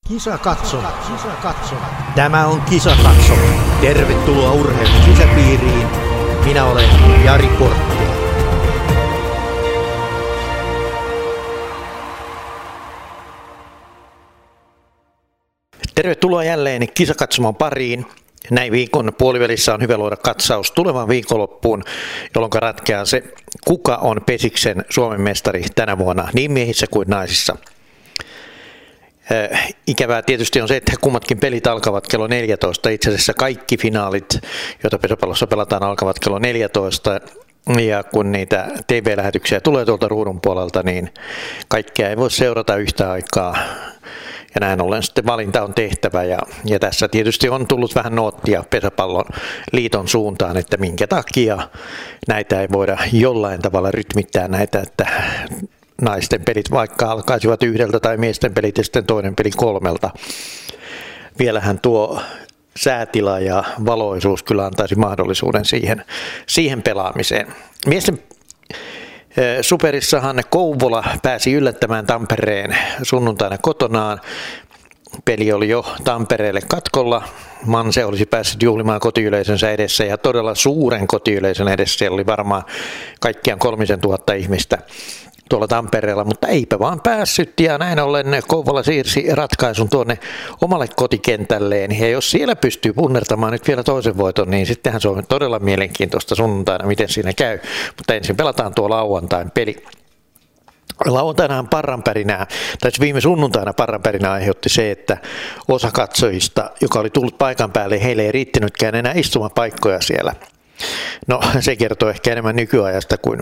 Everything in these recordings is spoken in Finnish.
Kisakatsoma. Tämä on Kisakatsoma. Tervetuloa urheilun sisäpiiriin. Minä olen Jari Porttila. Tervetuloa jälleen Kisakatsoman pariin. Näin viikon puolivälissä on hyvä luoda katsaus tulevaan viikonloppuun, jolloin ratkeaa se, kuka on Pesiksen Suomen mestari tänä vuonna niin miehissä kuin naisissa. Ikävää tietysti on se, että kummatkin pelit alkavat kello 14. Itse asiassa kaikki finaalit, joita pesäpallossa pelataan, alkavat kello 14. Ja kun niitä TV-lähetyksiä tulee tuolta ruudun puolelta, niin kaikkea ei voi seurata yhtä aikaa. Ja näin ollen sitten valinta on tehtävä. Ja tässä tietysti on tullut vähän noottia Pesäpallon liiton suuntaan, että minkä takia näitä ei voida jollain tavalla rytmittää näitä, että naisten pelit vaikka alkaisivat 1 tai miesten pelit ja sitten toinen peli 3. Vielähän tuo säätila ja valoisuus kyllä antaisi mahdollisuuden siihen pelaamiseen. Miesten superissahan Kouvola pääsi yllättämään Tampereen sunnuntaina kotonaan. Peli oli jo Tampereelle katkolla. Manse olisi päässyt juhlimaan kotiyleisönsä edessä ja todella suuren kotiyleisön edessä. Siellä oli varmaan kaikkiaan 3000 ihmistä tuolla Tampereella, mutta eipä vaan päässyt ja näin ollen Kouvola siirsi ratkaisun tuonne omalle kotikentälleen ja jos siellä pystyy punnertamaan nyt vielä toisen voiton, niin sittenhän se on todella mielenkiintoista sunnuntaina, miten siinä käy, mutta ensin pelataan tuo lauantain peli. Lauantainahan parranpärinää, tai viime sunnuntaina parranpärinää aiheutti se, että osa katsojista, joka oli tullut paikan päälle, heille ei riittänytkään enää istumapaikkoja siellä. No se kertoo ehkä enemmän nykyajasta kuin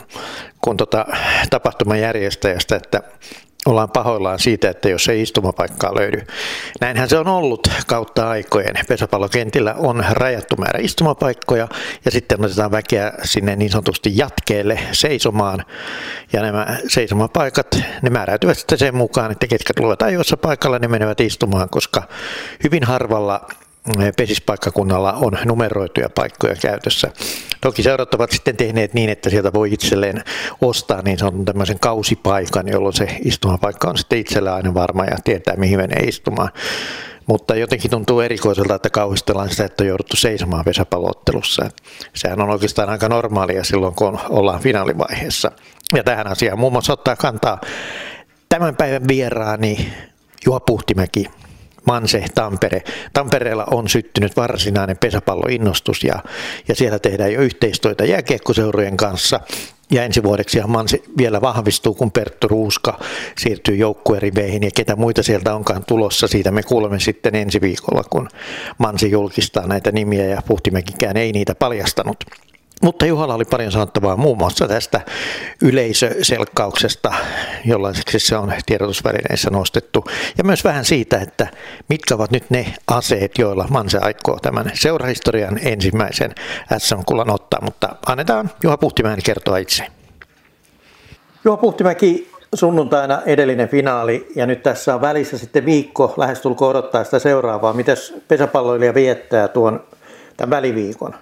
tapahtuman järjestäjästä, että ollaan pahoillaan siitä, että jos ei istumapaikkaa löydy. Näinhän se on ollut kautta aikojen. Pesäpallokentillä on rajattu määrä istumapaikkoja ja sitten otetaan väkeä sinne niin sanotusti jatkeelle seisomaan. Ja nämä seisomapaikat, ne määräytyvät sitten sen mukaan, että ketkä tulevat ajoissa paikalla, ne menevät istumaan, koska hyvin harvalla pesispaikkakunnalla on numeroituja paikkoja käytössä. Toki seurat ovat sitten tehneet niin, että sieltä voi itselleen ostaa niin sanotun tämmöisen kausipaikan, jolloin se istumapaikka on sitten itsellä aina varma ja tietää mihin menee istumaan. Mutta jotenkin tuntuu erikoiselta, että kauhistellaan sitä, että on jouduttu seisomaan pesäpalloottelussa. Sehän on oikeastaan aika normaalia silloin, kun ollaan finaalivaiheessa. Ja tähän asiaan muun muassa ottaa kantaa tämän päivän vieraani Juha Puhtimäki. Manse, Tampere. Tampereella on syttynyt varsinainen pesäpalloinnostus ja siellä tehdään jo yhteistyötä jääkiekkoseurojen kanssa. Ja ensi vuodeksi Manse vielä vahvistuu, kun Perttu Ruuska siirtyy joukkueriveihin ja ketä muita sieltä onkaan tulossa. Siitä me kuulemme sitten ensi viikolla, kun Manse julkistaa näitä nimiä ja Puhtimäkikään ei niitä paljastanut. Mutta Juhalla oli paljon sanottavaa muun muassa tästä yleisöselkkauksesta, jollaiseksi se on tiedotusvälineissä nostettu. Ja myös vähän siitä, että mitkä ovat nyt ne aseet, joilla Manse aikoo tämän seurahistorian ensimmäisen SM-kullan ottaa. Mutta annetaan Juha Puhtimäen kertoa itse. Juha Puhtimäki, sunnuntaina edellinen finaali ja nyt tässä on välissä sitten viikko lähestulkoon odottaa sitä seuraavaa. Mitäs pesäpalloilija viettää tämän väliviikon?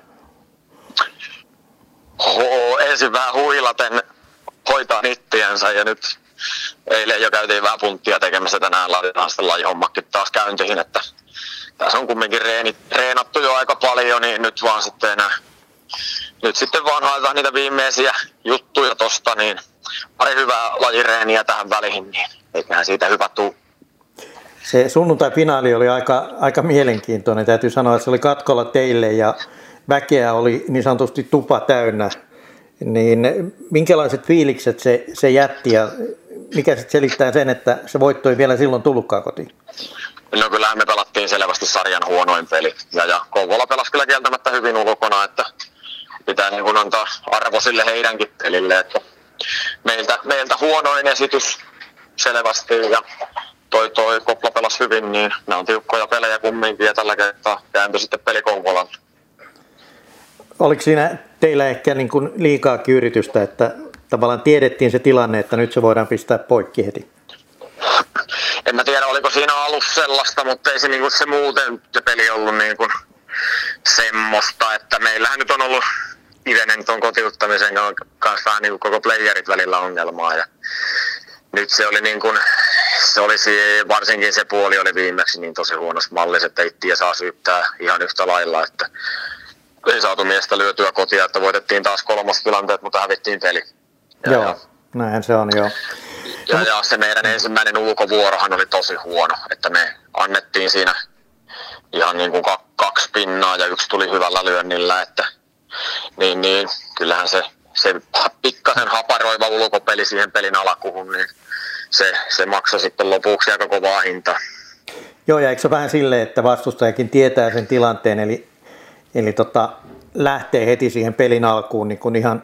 Ensin vähän huilaten hoitaa ittiänsä ja nyt eilen jo käytiin vähän punttia tekemässä, tänään laitetaan sitten lajihommakin taas käyntiin, että tässä on kumminkin treenattu jo aika paljon, niin nyt sitten vaan haetaan niitä viimeisiä juttuja tosta, niin pari hyvää lajireeniä tähän väliin, niin eiköhän siitä hyvä tuu. Se sunnuntai-finaali oli aika mielenkiintoinen, täytyy sanoa, että se oli katkolla teille ja väkeä oli niin sanotusti tupa täynnä, niin minkälaiset fiilikset se jätti ja mikä sitten selittää sen, että se voitto ei vielä silloin tullutkaan kotiin? No kyllähän me pelattiin selvästi sarjan huonoin peli ja Kouvola pelasi kyllä kieltämättä hyvin ulkona, että pitää niin kuin antaa arvo sille heidänkin pelille, että meiltä huonoin esitys selvästi ja toi Kopla pelasi hyvin, niin nämä on tiukkoja pelejä kumminkin ja tällä kertaa kääntyi sitten peli Kouvolan. Oliko siinä teillä ehkä niin kuin liikaakin yritystä, että tavallaan tiedettiin se tilanne, että nyt se voidaan pistää poikki heti? En mä tiedä, oliko siinä alussa sellaista, mutta ei se, niin kuin se muuten se peli ollut niin kuin semmoista, että meillähän nyt on ollut Ivenen tuon kotiuttamisen kanssa vähän niin kuin koko playerit välillä ongelmaa. Ja nyt se oli niin kuin, se olisi, varsinkin se puoli oli viimeksi niin tosi huonossa mallissa, että ittiä saa syyttää ihan yhtä lailla, että ei saatu miestä lyötyä kotia, että voitettiin taas kolmostilanteet, mutta hävittiin peli. Joo, näinhän se on, joo. Ja se meidän ensimmäinen ulkovuorohan oli tosi huono, että me annettiin siinä ihan niin kuin 2 pinnaa ja 1 tuli hyvällä lyönnillä, että niin kyllähän se pikkasen haparoiva ulkopeli siihen pelin alkuun, niin se maksoi sitten lopuksi aika kovaa hintaa. Joo, ja eikö se ole vähän silleen, että vastustajakin tietää sen tilanteen, eli lähtee heti siihen pelin alkuun niin kuin ihan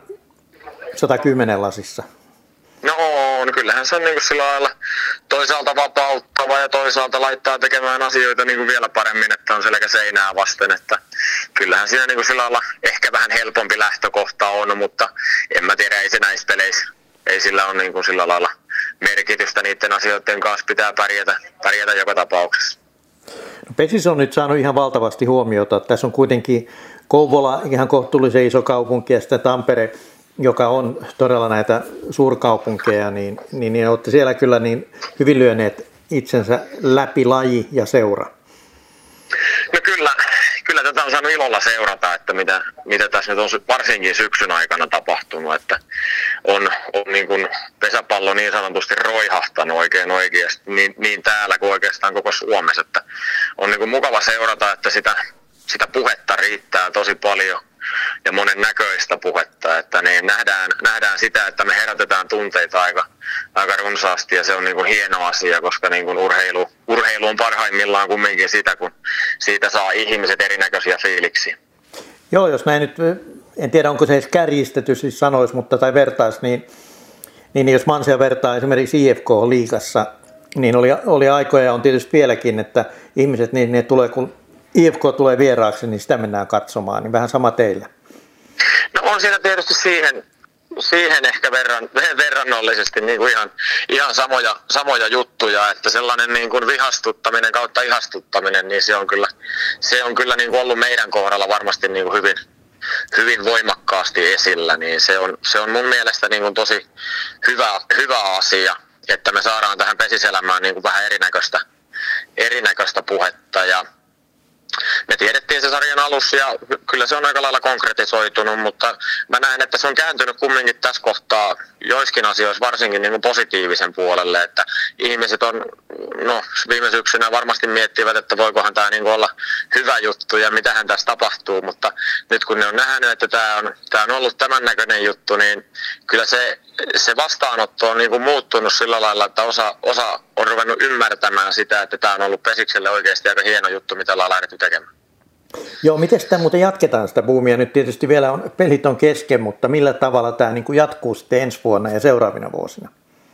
110 lasissa? No on, kyllähän se on niin kuin sillä lailla toisaalta vapauttava ja toisaalta laittaa tekemään asioita niin kuin vielä paremmin, että on selkä seinää vasten, että kyllähän siinä niin kuin sillä lailla ehkä vähän helpompi lähtökohta on, mutta en mä tiedä, ei se näissä peleissä, ei sillä ole niin kuin sillä lailla merkitystä, niiden asioiden kanssa pitää pärjätä joka tapauksessa. No, Pesis on nyt saanut ihan valtavasti huomiota. Tässä on kuitenkin Kouvola, ihan kohtuullisen iso kaupunki, ja sitten Tampere, joka on todella näitä suurkaupunkeja, niin olette siellä kyllä niin hyvin lyöneet itsensä läpi laji ja seura. No kyllä tätä on saanut ilolla seurata, että mitä tässä nyt on varsinkin syksyn aikana tapahtunut, että on niin kuin pesäpallo niin sanotusti roihahtanut oikeasti niin täällä kuin oikeastaan koko Suomessa, että on niin kuin mukava seurata, että sitä puhetta riittää tosi paljon ja monen näköistä puhetta, että niin nähdään sitä, että me herätetään tunteita aika runsaasti ja se on niin kuin hieno asia, koska niin kuin urheilu on parhaimmillaan kumminkin sitä, kun siitä saa ihmiset erinäköisiä fiiliksiä. Joo, jos näin nyt, en tiedä onko se edes kärjistetty siis sanoisi, mutta tai vertaisi, niin jos Mansia vertaa esimerkiksi IFK-liigassa, niin oli aikoja ja on tietysti vieläkin, että ihmiset, niin ne tulee, kun IFK tulee vieraaksi, niin sitä mennään katsomaan, niin vähän sama teillä. No on siinä tietysti siihen ehkä verrannollisesti niin kuin ihan samoja juttuja, että sellainen niin kuin vihastuttaminen kautta ihastuttaminen, niin se on kyllä niin kuin ollut meidän kohdalla varmasti niin kuin hyvin voimakkaasti esillä, niin se on mun mielestä niin kuin tosi hyvä asia, että me saadaan tähän pesiselämään niin kuin vähän erinäköistä puhetta ja me tiedettiin se sarjan alussa ja kyllä se on aika lailla konkretisoitunut, mutta mä näen, että se on kääntynyt kumminkin tässä kohtaa joiskin asioissa varsinkin niin kuin positiivisen puolelle, että ihmiset on viime syksynä varmasti miettivät, että voikohan tämä niin kuin olla hyvä juttu ja mitähän tässä tapahtuu, mutta nyt kun ne on nähnyt, että tämä on ollut tämän näköinen juttu, niin kyllä se vastaanotto on niin kuin muuttunut sillä lailla, että osa on ruvennut ymmärtämään sitä, että tämä on ollut Pesikselle oikeasti aika hieno juttu, mitä ollaan lähdetty tekemään. Joo, miten sitä muuten jatketaan sitä buumia? Nyt tietysti vielä pelit on kesken, mutta millä tavalla tämä niin kuin jatkuu sitten ensi vuonna ja seuraavina vuosina?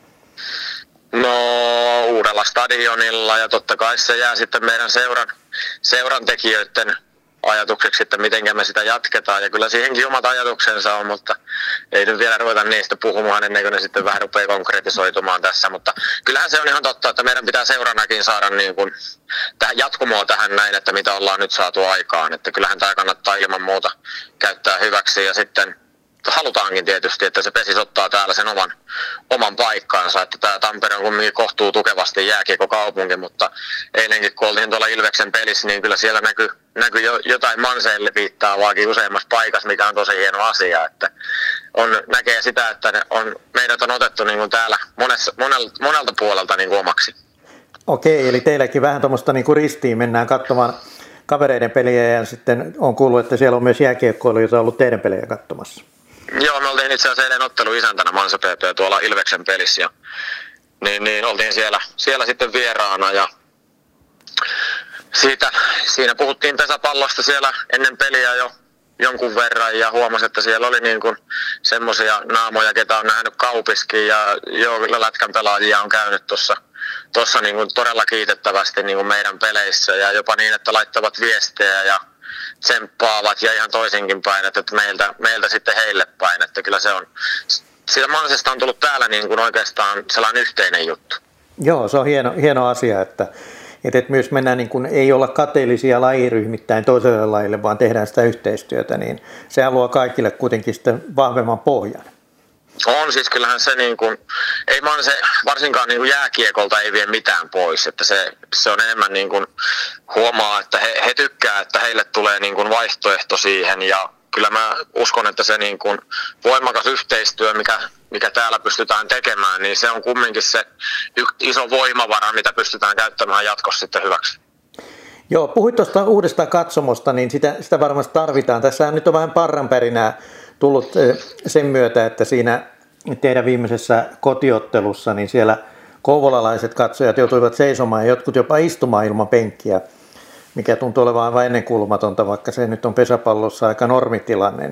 No uudella stadionilla ja totta kai se jää sitten meidän seuran tekijöiden ajatukseksi, että miten me sitä jatketaan. Ja kyllä siihenkin omat ajatuksensa on, mutta ei nyt vielä ruveta niistä puhumaan ennen kuin ne sitten vähän rupeaa konkretisoitumaan tässä. Mutta kyllähän se on ihan totta, että meidän pitää seuranakin saada niin kuin tähän jatkumoa tähän näin, että mitä ollaan nyt saatu aikaan. Että kyllähän tämä kannattaa ilman muuta käyttää hyväksi ja sitten halutaankin tietysti, että se Pesis ottaa täällä sen oman paikkaansa, että tämä Tampere on kuitenkin kohtuu tukevasti jääkiekkokaupunki, mutta eilenkin kun oltiin tuolla Ilveksen pelissä, niin kyllä siellä näkyi jotain Manseille viittaavaakin useammassa paikassa, mikä on tosi hieno asia, että näkee sitä, että meidät on otettu niin kuin täällä monelta puolelta niin kuin omaksi. Okei, eli teilläkin vähän tuommoista niin kuin ristiin mennään katsomaan kavereiden peliä ja sitten on kuullut, että siellä on myös jääkiekkoilijoita ollut teidän pelejä katsomassa. Joo, me oltiin itse asiassa eilen otteluisäntänä Mansa PP tuolla Ilveksen pelissä ja niin oltiin siellä sitten vieraana ja siinä puhuttiin pesäpallosta siellä ennen peliä jo jonkun verran ja huomasin, että siellä oli niin kuin semmoisia naamoja, ketä on nähnyt kaupiskin ja kyllä lätkän pelaajia on käynyt tuossa niin kuin todella kiitettävästi niin kuin meidän peleissä ja jopa niin, että laittavat viestejä ja tsemppaavat ja ihan toisinkin päin, että meiltä sitten heille päin, että kyllä se on, siitä Mansesta on tullut täällä niin kuin oikeastaan sellainen yhteinen juttu. Joo, se on hieno asia, että myös mennään niin kuin, ei olla kateellisia lajiryhmittäin toiselle lajille, vaan tehdään sitä yhteistyötä, niin se luo kaikille kuitenkin sitten vahvemman pohjan. On siis kyllähän se niin kuin, ei vaan se varsinkaan niin kuin jääkiekolta ei vie mitään pois, että se on enemmän niin kuin huomaa, että he tykkää, että heille tulee niin kuin vaihtoehto siihen ja kyllä mä uskon, että se niin kuin voimakas yhteistyö, mikä täällä pystytään tekemään, niin se on kumminkin se iso voimavara, mitä pystytään käyttämään jatkossa sitten hyväksi. Joo, puhuit tuosta uudesta katsomosta, niin sitä varmasti tarvitaan. Tässä nyt on vähän parranpärinää tullut sen myötä, että siinä teidän viimeisessä kotiottelussa, niin siellä kouvolalaiset katsojat joutuivat seisomaan ja jotkut jopa istumaan ilman penkkiä, mikä tuntuu olevan aivan ennenkuulumatonta, vaikka se nyt on pesäpallossa aika normitilanne,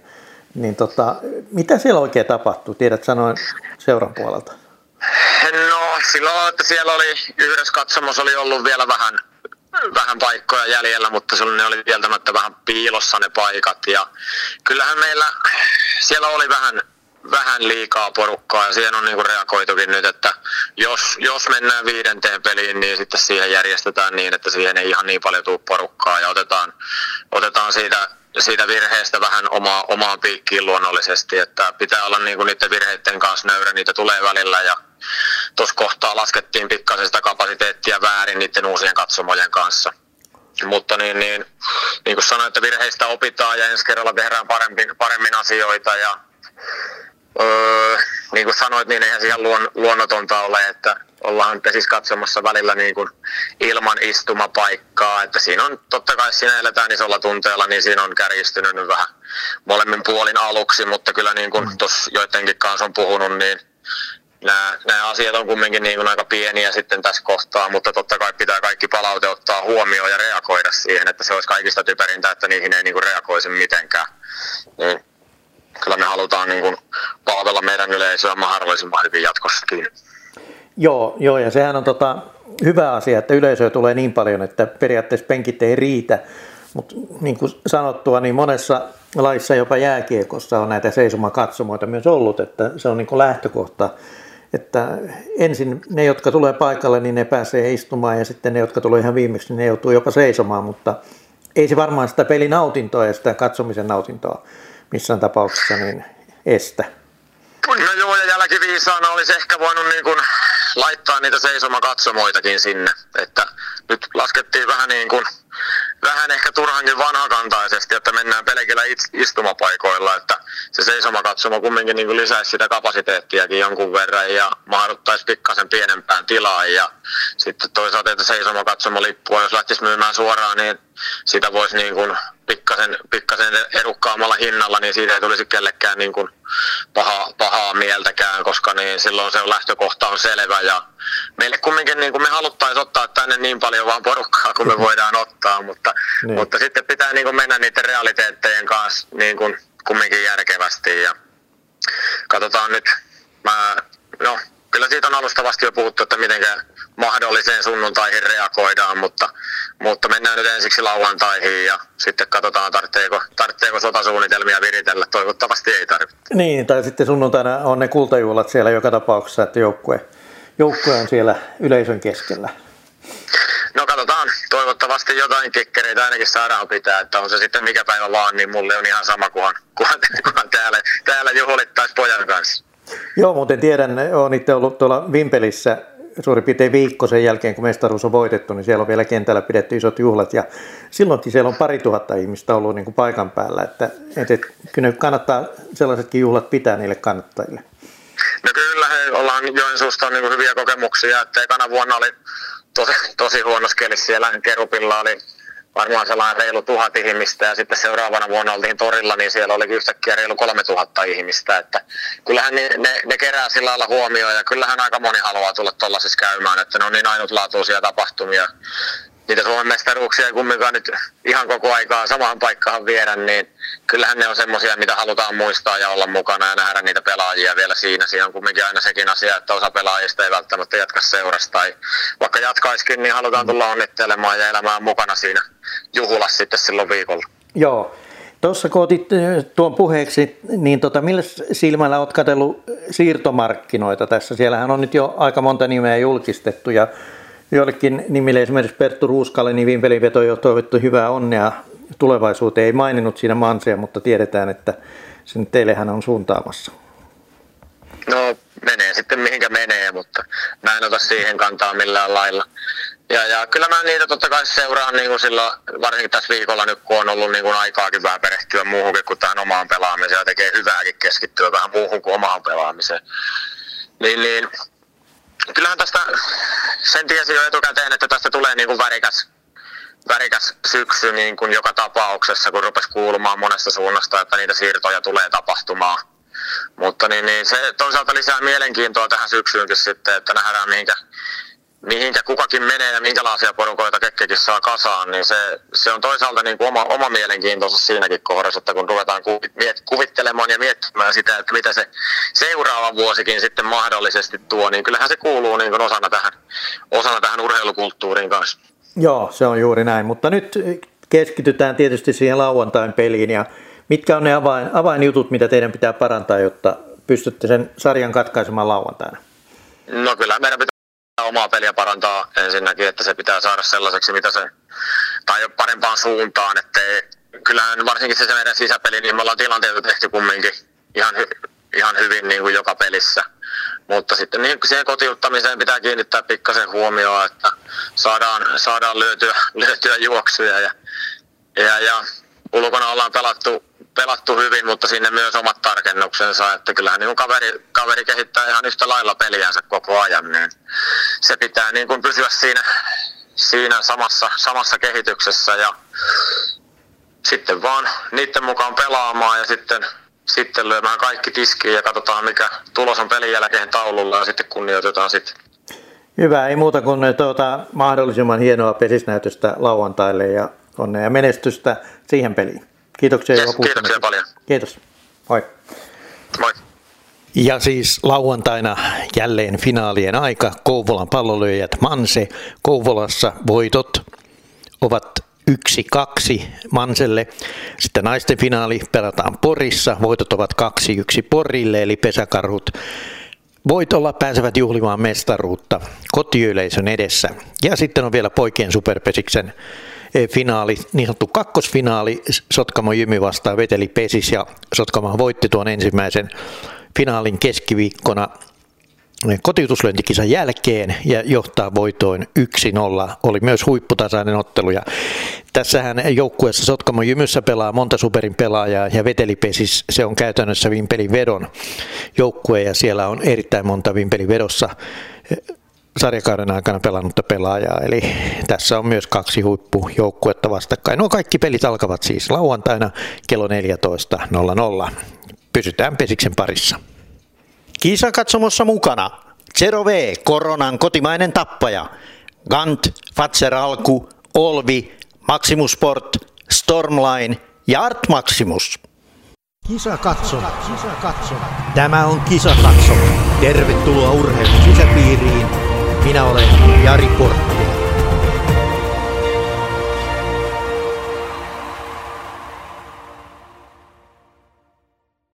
mitä siellä oikein tapahtui? Tiedät sanoin seuran puolelta. No silloin, että siellä oli yhdessä katsomossa oli ollut vielä vähän paikkoja jäljellä, mutta ne oli kieltämättä vähän piilossa ne paikat ja kyllähän meillä siellä oli vähän liikaa porukkaa ja siihen on niinku reagoitukin nyt, että jos mennään 5. peliin, niin sitten siihen järjestetään niin, että siihen ei ihan niin paljon tule porukkaa ja otetaan siitä virheestä vähän omaan piikkiin luonnollisesti, että pitää olla niinku niiden virheiden kanssa nöyrä, niitä tulee välillä ja tuossa kohtaa laskettiin pikkasen sitä kapasiteettia väärin niiden uusien katsomojen kanssa. Mutta niin kuin sanoin, että virheistä opitaan ja ensi kerralla tehdään paremmin asioita ja niin kuin sanoit, niin eihän se ihan luonnotonta ole, että ollaan siis katsomassa välillä niin kuin ilman istumapaikkaa, että siinä on totta kai siinä eletään isolla tunteella, niin siinä on kärjistynyt nyt vähän molemmin puolin aluksi, mutta kyllä niin kuin tuossa joidenkin kanssa on puhunut, niin nämä asiat on kumminkin niin kuin aika pieniä sitten tässä kohtaa, mutta totta kai pitää kaikki palaute ottaa huomioon ja reagoida siihen, että se olisi kaikista typerintä, että niihin ei niin kuin reagoisi mitenkään. Niin kyllä me halutaan niin kuin palvella meidän yleisöä mahdollisimman hyvin jatkossakin. Joo, ja sehän on hyvä asia, että yleisöä tulee niin paljon, että periaatteessa penkit ei riitä, mutta niin kuin sanottua, niin monessa laissa jopa jääkiekossa on näitä seisomakatsomoita myös ollut, että se on niin kuin lähtökohta, että ensin ne, jotka tulee paikalle, niin ne pääsee istumaan ja sitten ne, jotka tulee ihan viimeksi, niin ne joutuu jopa seisomaan, mutta ei se varmaan sitä pelinautintoa ja sitä katsomisen nautintoa missään tapauksessa niin estä. No joo, ja jälkiviisaana olisi ehkä voinut niin kuin laittaa niitä seisomakatsomoitakin sinne, että nyt laskettiin vähän ehkä turhankin vanhakantaisesti, että mennään pelkillä istumapaikoilla, että se seisomakatsomo kumminkin niin kuin lisäisi sitä kapasiteettiakin jonkun verran ja mahduttaisi pikkasen pienempään tilaan ja sitten toisaalta, että seisomakatsomo-lippua, jos lähtisi myymään suoraan, niin sitä voisi niin kuin pikkasen edukkaammalla hinnalla, niin siitä ei tulisi kellekään niin kuin pahaa mieltäkään, koska niin silloin se lähtökohta on selvä ja meille kumminkin niin kuin me haluttaisiin ottaa tänne niin paljon vaan porukkaa kuin me voidaan ottaa, mutta sitten pitää niin kuin mennä niiden realiteettejen kanssa niin kuin kumminkin järkevästi ja katsotaan nyt, kyllä siitä on alustavasti jo puhuttu, että mitenkä mahdolliseen sunnuntaihin reagoidaan, mutta mennään nyt ensiksi lauantaihin ja sitten katsotaan, tarvitseeko sotasuunnitelmia viritellä. Toivottavasti ei tarvitse. Niin, tai sitten sunnuntaina on ne kultajuhlat siellä joka tapauksessa, että joukkue on siellä yleisön keskellä. No katsotaan, toivottavasti jotain kikkereitä ainakin saadaan pitää, että on se sitten mikä päivä vaan, niin mulle on ihan sama, kunhan täällä juhlittaisi pojan kanssa. Joo, muuten tiedän, olen itse ollut tuolla Vimpelissä suurin piirtein viikko sen jälkeen, kun mestaruus on voitettu, niin siellä on vielä kentällä pidetty isot juhlat ja silloinkin siellä on 2000 ihmistä ollut niin kuin paikan päällä, että kyllä kannattaa sellaisetkin juhlat pitää niille kannattajille. No kyllä, ollaan Joensuusta niin hyviä kokemuksia, että ekana vuonna oli tosi huonossa kelissä siellä Kerupilla oli varmaan sellainen reilu 1000 ihmistä ja sitten seuraavana vuonna oltiin torilla, niin siellä oli yhtäkkiä reilu 3000 ihmistä, että kyllähän ne kerää sillä lailla huomioon ja kyllähän aika moni haluaa tulla tuollaisessa käymään, että ne on niin ainutlaatuisia tapahtumia. Niitä Suomen mestaruuksia ei kumminkaan nyt ihan koko aikaa samaan paikkaan viedä, niin kyllähän ne on semmoisia, mitä halutaan muistaa ja olla mukana ja nähdä niitä pelaajia vielä siinä. Siinä on kumminkin aina sekin asia, että osa pelaajista ei välttämättä jatka seurasta tai vaikka jatkaisikin, niin halutaan tulla onnittelemaan ja elämään mukana siinä juhlassa sitten silloin viikolla. Joo. Tuossa kun otit tuon puheeksi, niin millä silmällä olet katsellut siirtomarkkinoita tässä? Siellähän on nyt jo aika monta nimeä julkistettu ja joillekin nimille, esimerkiksi Perttu Ruuskalle, niin Vimpelin veto on jo toivottu hyvää onnea tulevaisuuteen. Ei maininnut siinä Mansea, mutta tiedetään, että sen teille hän on suuntaamassa. No menee sitten mihinkä menee, mutta mä en ota siihen kantaa millään lailla. Ja kyllä mä niitä totta kai seuraan niin kuin silloin, varsinkin tässä viikolla nyt, kun on ollut niin kuin aikaakin vähän perehtyä muuhunkin kuin tähän omaan pelaamiseen ja tekee hyvääkin keskittyä vähän muuhun kuin omaan pelaamiseen. Niin kyllähän tästä, sen tiesi jo etukäteen, että tästä tulee niin kuin värikäs syksy niin kuin joka tapauksessa, kun rupesi kuulumaan monesta suunnasta, että niitä siirtoja tulee tapahtumaan. Mutta niin se toisaalta lisää mielenkiintoa tähän syksyynkin sitten, että nähdään mihinkä kukakin menee ja minkälaisia porukoita kekkekin saa kasaan, niin se on toisaalta niin kuin oma mielenkiintonsa siinäkin kohdassa, että kun ruvetaan kuvittelemaan ja miettimään sitä, että mitä se seuraava vuosikin sitten mahdollisesti tuo, niin kyllähän se kuuluu niin kuin osana tähän urheilukulttuuriin kanssa. Joo, se on juuri näin, mutta nyt keskitytään tietysti siihen lauantain peliin ja mitkä on ne avainjutut, mitä teidän pitää parantaa, jotta pystytte sen sarjan katkaisemaan lauantaina? No kyllä meidän pitää omaa peliä parantaa ensinnäkin, että se pitää saada sellaiseksi, tai parempaan suuntaan, että kyllähän varsinkin se meidän sisäpeli, niin me ollaan tilanteita tehty kumminkin ihan hyvin niin kuin joka pelissä. Mutta sitten niin siihen kotiuttamiseen pitää kiinnittää pikkasen huomioon, että saadaan lyötyä juoksuja ja ulkona ollaan pelattu hyvin, mutta sinne myös omat tarkennuksensa, että kyllähän niin kaveri kehittää ihan yhtä lailla peliänsä koko ajan, niin se pitää niin kuin pysyä siinä samassa kehityksessä ja sitten vaan niiden mukaan pelaamaan ja sitten lyömään kaikki tiskiin ja katsotaan mikä tulos on pelin jälkeen taululla ja sitten kunnioitetaan sitten. Hyvä, ei muuta kuin mahdollisimman hienoa pesisnäytöstä lauantaille ja onnea ja menestystä siihen peliin. Kiitoksia. Yes, kiitoksia paljon. Kiitos. Moi. Moi. Ja siis lauantaina jälleen finaalien aika. Kouvolan pallonlyöjät Manse. Kouvolassa voitot ovat 1-2 Manselle. Sitten naisten finaali pelataan Porissa. Voitot ovat 2-1 Porille, eli pesäkarhut voitolla pääsevät juhlimaan mestaruutta kotiyleisön edessä. Ja sitten on vielä poikien superpesiksen finaali, niin sanottu kakkosfinaali, Sotkamo Jymy vastaan Veteli Pesis ja Sotkamo voitti tuon ensimmäisen finaalin keskiviikkona kotiutuslyöntikisan jälkeen ja johtaa voitoin 1-0. Oli myös huipputasainen ottelu ja tässähän joukkueessa Sotkamo Jymyssä pelaa monta superin pelaajaa ja Veteli Pesis, se on käytännössä Vimpelin vedon joukkue ja siellä on erittäin monta Vimpelin vedossa sarjakauden aikana pelannutta pelaajaa, eli tässä on myös 2 huippujoukkuetta vastakkain. Nuo kaikki pelit alkavat siis lauantaina kello 14.00. Pysytään Pesiksen parissa. Kisakatsomossa mukana Zero V, Koronan kotimainen tappaja, Gant, Fazer Alku, Olvi, Maximus Sport, Stormline ja Art Maximus. Kisakatsomo. Tämä on Kisakatsomo. Tervetuloa urheilun sisäpiiriin. Minä olen Jari Portti.